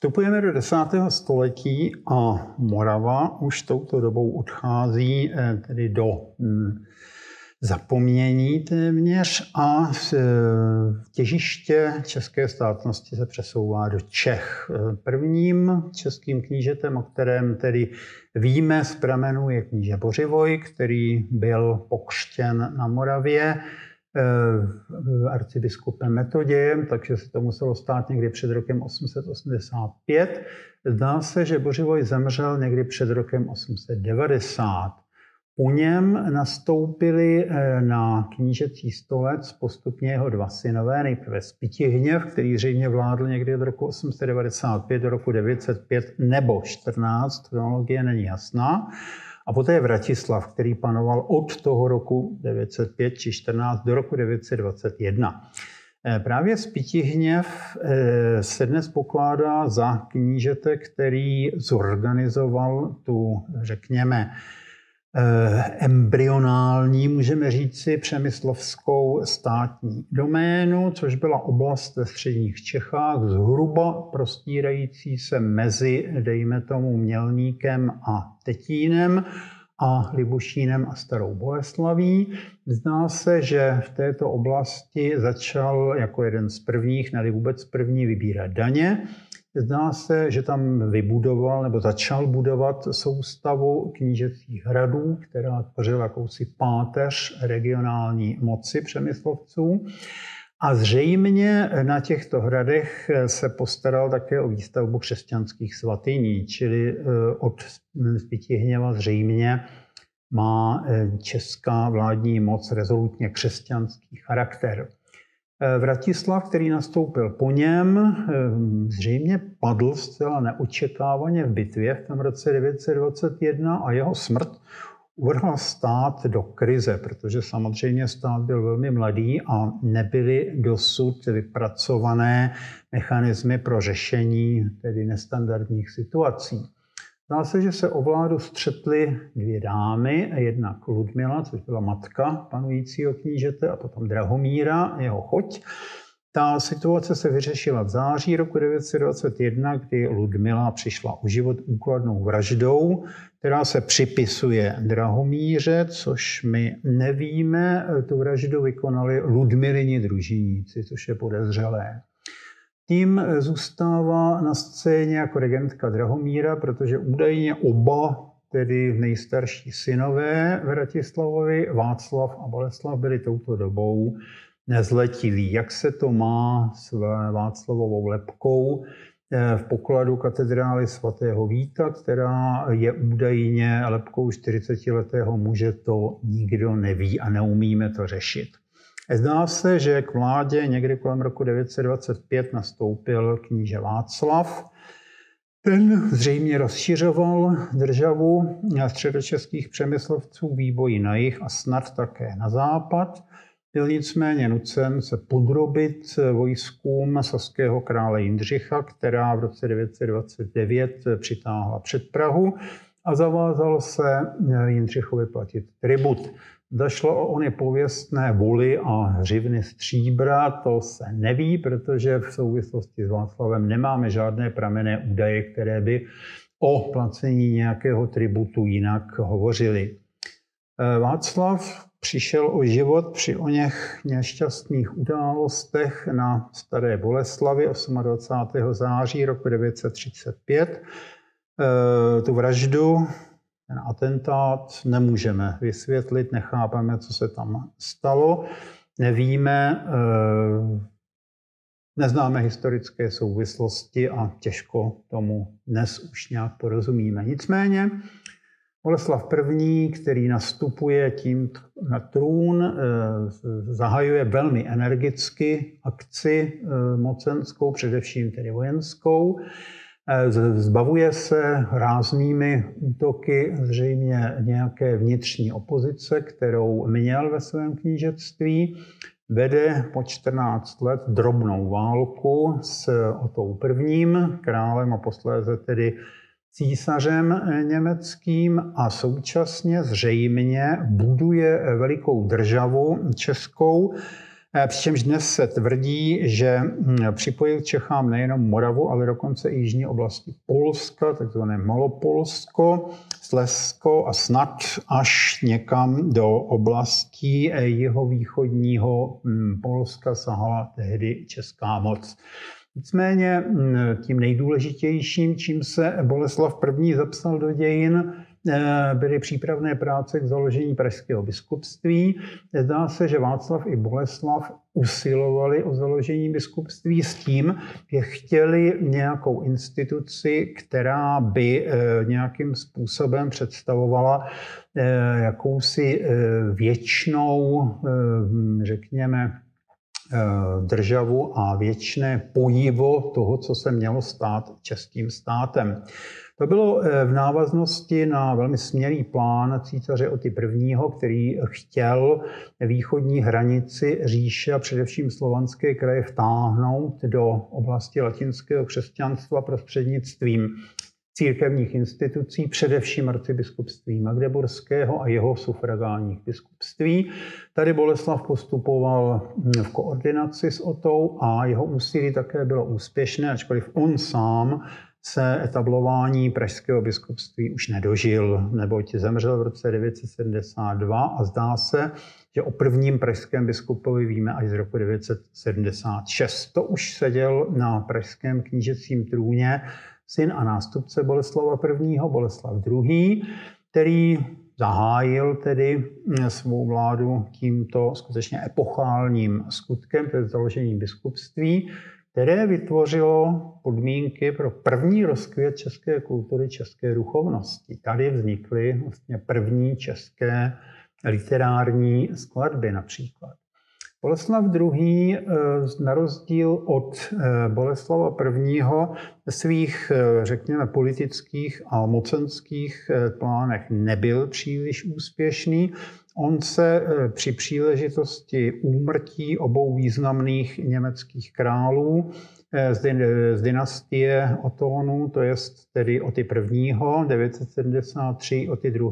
Vstupujeme do 10. století a Morava už touto dobou odchází tedy do zapomnění téměř a těžiště české státnosti se přesouvá do Čech. Prvním českým knížetem, o kterém tedy víme z pramenů, je kníže Bořivoj, který byl pokřtěn na Moravě arcibiskupem Metodějem, takže se to muselo stát někdy před rokem 885. Zdá se, že Bořivoj zemřel někdy před rokem 890. U něm nastoupili na knížecí stolec postupně jeho dva synové, nejprve Spytihněv, který zřejmě vládl někdy od roku 895 do roku 905 nebo 14, chronologie není jasná, a poté Vratislav, který panoval od toho roku 905 či 14 do roku 921. Právě Spytihněv se dnes pokládá za knížete, který zorganizoval tu, řekněme, embryonální, můžeme říci, přemyslovskou státní doménu, což byla oblast ve středních Čechách, zhruba prostírající se mezi, dejme tomu, Mělníkem a Tetínem a Libušínem a Starou Boleslaví. Zdá se, že v této oblasti začal jako jeden z prvních, nebo vůbec první, vybírat daně. Zdá se, že tam vybudoval nebo začal budovat soustavu knížecích hradů, která tvořila jakousi páteř regionální moci přemyslovců. A zřejmě na těchto hradech se postaral také o výstavbu křesťanských svatyní, čili od Spytihněva zřejmě má česká vládní moc rezolutně křesťanský charakter. Vratislav, který nastoupil po něm, zřejmě padl zcela neočekávaně v bitvě v tom roce 921 a jeho smrt uvrhla stát do krize, protože samozřejmě stát byl velmi mladý a nebyly dosud vypracované mechanismy pro řešení tedy nestandardních situací. Zdá se, že se o vládu střetly dvě dámy, jednak Ludmila, což byla matka panujícího knížete, a potom Drahomíra, jeho choť. Ta situace se vyřešila v září roku 921, kdy Ludmila přišla o život úkladnou vraždou, která se připisuje Drahomíře, což my nevíme. Tu vraždu vykonali Ludmilini družiníci, což je podezřelé. Tím zůstává na scéně jako regentka Drahomíra, protože údajně oba, tedy nejstarší synové Vratislavovi, Václav a Boleslav, byli touto dobou nezletilí. Jak se to má s Václavovou lebkou v pokladu katedrály svatého Víta, která je údajně lebkou 40letého muže, to nikdo neví a neumíme to řešit. Zdá se, že k vládě někdy kolem roku 925 nastoupil kníže Václav. Ten zřejmě rozšiřoval državu středočeských přemyslovců výboji na jih a snad také na západ. Byl nicméně nucen se podrobit vojskům saského krále Jindřicha, která v roce 929 přitáhla před Prahu a zavázal se Jindřichovi platit tribut. Zašlo o ony pověstné voly a hřivny stříbra, to se neví, protože v souvislosti s Václavem nemáme žádné pramenné údaje, které by o placení nějakého tributu jinak hovořili. Václav přišel o život při oněch nešťastných událostech na Staré Boleslavi 28. září roku 935. Tu vraždu, ten atentát nemůžeme vysvětlit, nechápeme, co se tam stalo, nevíme, neznáme historické souvislosti a těžko tomu dnes už nějak porozumíme. Nicméně Boleslav I., který nastupuje tím na trůn, zahajuje velmi energicky akci mocenskou, především tedy vojenskou. Zbavuje se ráznými útoky zřejmě nějaké vnitřní opozice, kterou měl ve svém knížectví. Vede po 14 let drobnou válku s Otou I., králem a posléze tedy císařem německým a současně zřejmě buduje velikou državu českou, Přičemž dnes se tvrdí, že připojil k Čechám nejenom Moravu, ale dokonce i jižní oblasti Polska, takzvané Malopolsko, Slezsko a snad až někam do oblastí jihovýchodního Polska sahala tehdy česká moc. Nicméně tím nejdůležitějším, čím se Boleslav I. zapsal do dějin, byly přípravné práce k založení pražského biskupství. Zdá se, že Václav i Boleslav usilovali o založení biskupství s tím, že chtěli nějakou instituci, která by nějakým způsobem představovala jakousi věčnou, řekněme, državu a věčné pojivo toho, co se mělo stát českým státem. To bylo v návaznosti na velmi smělý plán císaře Oty I., který chtěl východní hranici říše a především slovanské kraje vtáhnout do oblasti latinského křesťanstva prostřednictvím církevních institucí, především arcibiskupství Magdeburského a jeho sufragánních biskupství. Tady Boleslav postupoval v koordinaci s Otou a jeho úsilí také bylo úspěšné, ačkoliv on sám se etablování pražského biskupství už nedožil, neboť zemřel v roce 972 a zdá se, že o prvním pražském biskupovi víme až z roku 976. To už seděl na pražském knížecím trůně syn a nástupce Boleslava I., Boleslav II., který zahájil tedy svou vládu tímto skutečně epochálním skutkem, tedy založením biskupství, které vytvořilo podmínky pro první rozkvět české kultury, české duchovnosti. Tady vznikly vlastně první české literární skladby například. Boleslav II. Na rozdíl od Boleslava I. ve svých, řekněme, politických a mocenských plánech nebyl příliš úspěšný. On se při příležitosti úmrtí obou významných německých králů z dynastie Otonů, to je tedy Oty I. 973, Oty II.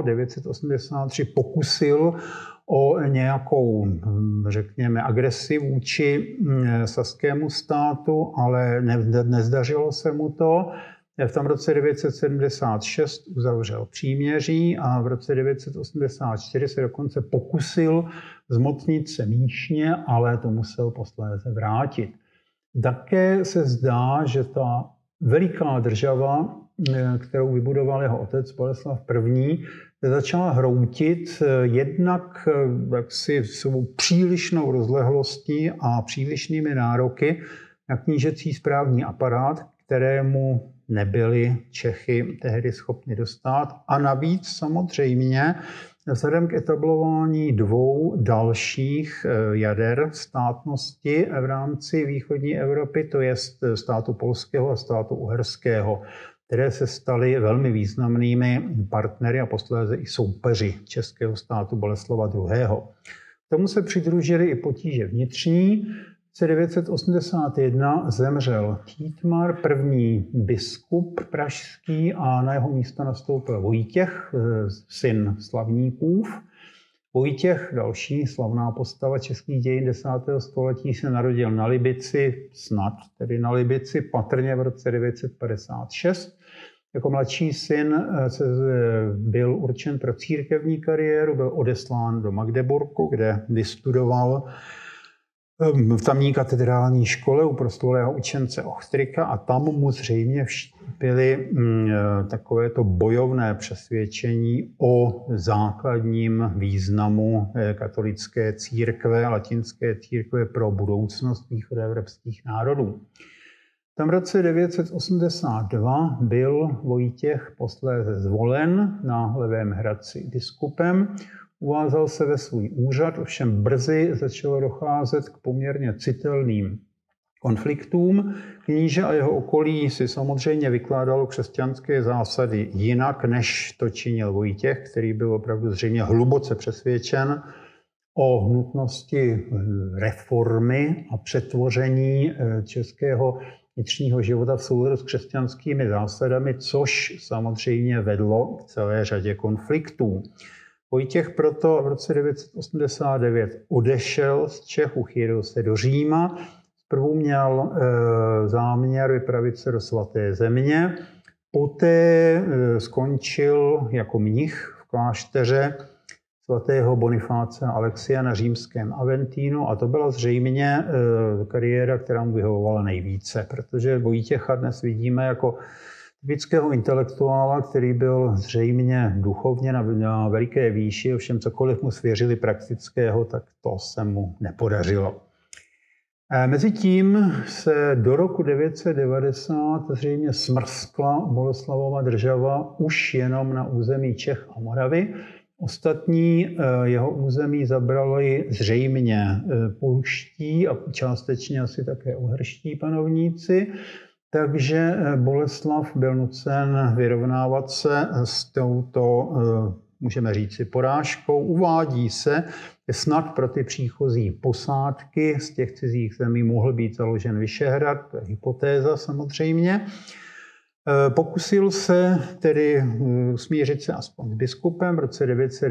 983 pokusil o nějakou, řekněme, agresi vůči saskému státu, ale nezdařilo se mu to. V tom roce 976 uzavřel příměří a v roce 984 se dokonce pokusil zmocnit se Míšně, ale to musel posléze vrátit. Také se zdá, že ta veliká država, kterou vybudoval jeho otec Boleslav I., začala hroutit jednak jaksi svou přílišnou rozlehlostí a přílišnými nároky na knížecí správní aparát, kterému nebyli Čechy tehdy schopni dostat. A navíc samozřejmě vzhledem k etablování dvou dalších jader státnosti v rámci východní Evropy, to je státu polského a státu uherského, které se staly velmi významnými partnery a posléze i soupeři českého státu Boleslava II. K tomu se přidružily i potíže vnitřní. V roce 981 zemřel Títmar, první biskup pražský, a na jeho místo nastoupil Vojtěch, syn slavníkův. Vojtěch, další slavná postava českých dějin 10. století, se narodil na Libici, snad tedy na Libici, patrně v roce 956. Jako mladší syn byl určen pro církevní kariéru, byl odeslán do Magdeburku, kde vystudoval v tamní katedrální škole u proslulého učence Ochtrika a tam mu zřejmě vštípili takovéto bojovné přesvědčení o základním významu katolické církve, latinské církve pro budoucnost východoevropských národů. V tom roce 982 byl Vojtěch posléze zvolen na Levém Hradci biskupem. Uvázal se ve svůj úřad, ovšem brzy začalo docházet k poměrně citelným konfliktům. Kníže a jeho okolí si samozřejmě vykládalo křesťanské zásady jinak, než to činil Vojtěch, který byl opravdu zřejmě hluboce přesvědčen o nutnosti reformy a přetvoření českého vnitřního života v souladu s křesťanskými zásadami, což samozřejmě vedlo k celé řadě konfliktů. Vojtěch proto v roce 989 odešel z Čech, uchýlil se do Říma. Zprvu měl záměr vypravit se do Svaté země, poté skončil jako mnich v klášteře svatého Bonifáce Alexia na římském Aventínu a to byla zřejmě kariéra, která mu vyhovovala nejvíce, protože Vojtěcha dnes vidíme jako typického intelektuála, který byl zřejmě duchovně na veliké výši, ovšem cokoliv mu svěřili praktického, tak to se mu nepodařilo. Mezitím se do roku 990 zřejmě smrskla Boleslavova država už jenom na území Čech a Moravy. Ostatní jeho území zabrali zřejmě polští a částečně asi také uherští panovníci, takže Boleslav byl nucen vyrovnávat se s touto, můžeme říci, porážkou. Uvádí se, že snad pro ty příchozí posádky z těch cizích zemí mohl být založen Vyšehrad, to je hypotéza samozřejmě. Pokusil se tedy smířit se aspoň s biskupem. V roce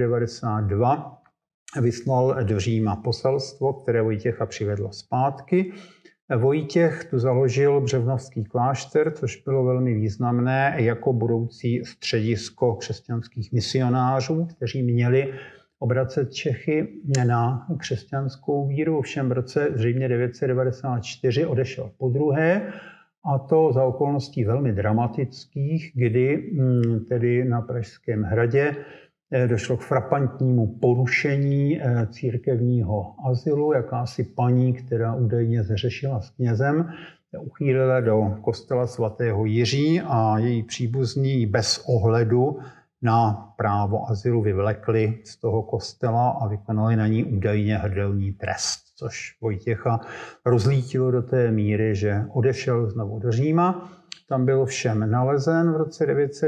992 vyslal do Říma poselstvo, které Vojtěcha přivedlo zpátky. Vojtěch tu založil Břevnovský klášter, což bylo velmi významné jako budoucí středisko křesťanských misionářů, kteří měli obracet Čechy na křesťanskou víru. Ovšem v roce zřejmě 994 odešel podruhé, a to za okolností velmi dramatických, kdy tedy na Pražském hradě došlo k frapantnímu porušení církevního azylu. Jakási paní, která údajně zřešila s knězem, uchýlila do kostela svatého Jiří a její příbuzní bez ohledu na právo azylu vyvlekli z toho kostela a vykonali na ní údajně hrdelní trest, což Vojtěcha rozlítilo do té míry, že odešel znovu do Říma. Tam byl všem nalezen v roce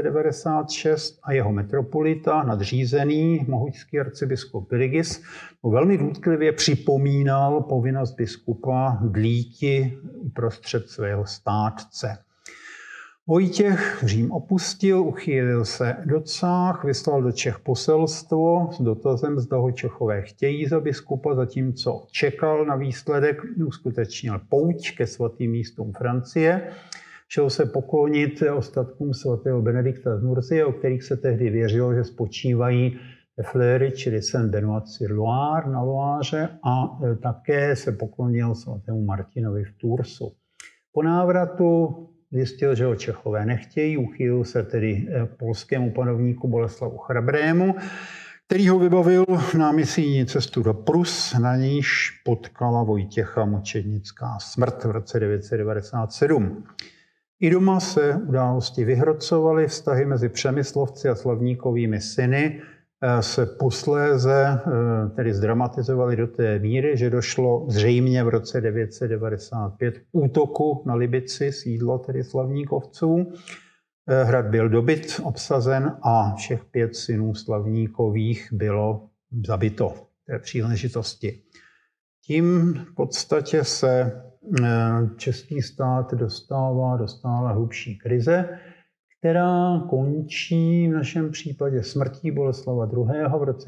996 a jeho metropolita, nadřízený mohučský arcibiskup Birgis, mu velmi důtklivě připomínal povinnost biskupa dlíti uprostřed svého státce. Vojtěch Řím opustil, uchýlil se do Cách, vyslal do Čech poselstvo s dotazem, zda ho Čechové chtějí za biskupa, zatímco čekal na výsledek, uskutečnil pouť ke svatým místům Francie. Šel se poklonit ostatkům svatého Benedikta z Nursie, o kterých se tehdy věřilo, že spočívají ve Fleury, čili Saint-Benoît-sur-Loire na Loáře, a také se poklonil svatému Martinovi v Toursu. Po návratu zjistil, že ho Čechové nechtějí, uchýlil se tedy k polskému panovníku Boleslavu Chrabrému, který ho vybavil na misijní cestu do Prus, na níž potkala Vojtěcha mučednická smrt v roce 997. I doma se události vyhrocovaly, vztahy mezi Přemyslovci a Slavníkovými syny se posléze tedy zdramatizovaly do té míry, že došlo zřejmě v roce 995 k útoku na Libici, sídlo tedy Slavníkovců. Hrad byl dobyt, obsazen a všech 5 synů Slavníkových bylo zabito v té příležitosti. Tím v podstatě se český stát dostává do stále hlubší krize, která končí v našem případě smrtí Boleslava II. V roce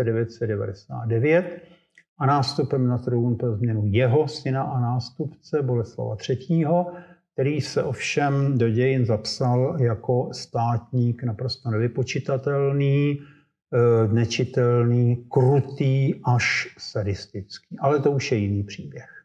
999 a nástupem na trůn pro změnu jeho syna a nástupce Boleslava III., který se ovšem do dějin zapsal jako státník naprosto nevypočitatelný, nečitelný, krutý až sadistický. Ale to už je jiný příběh.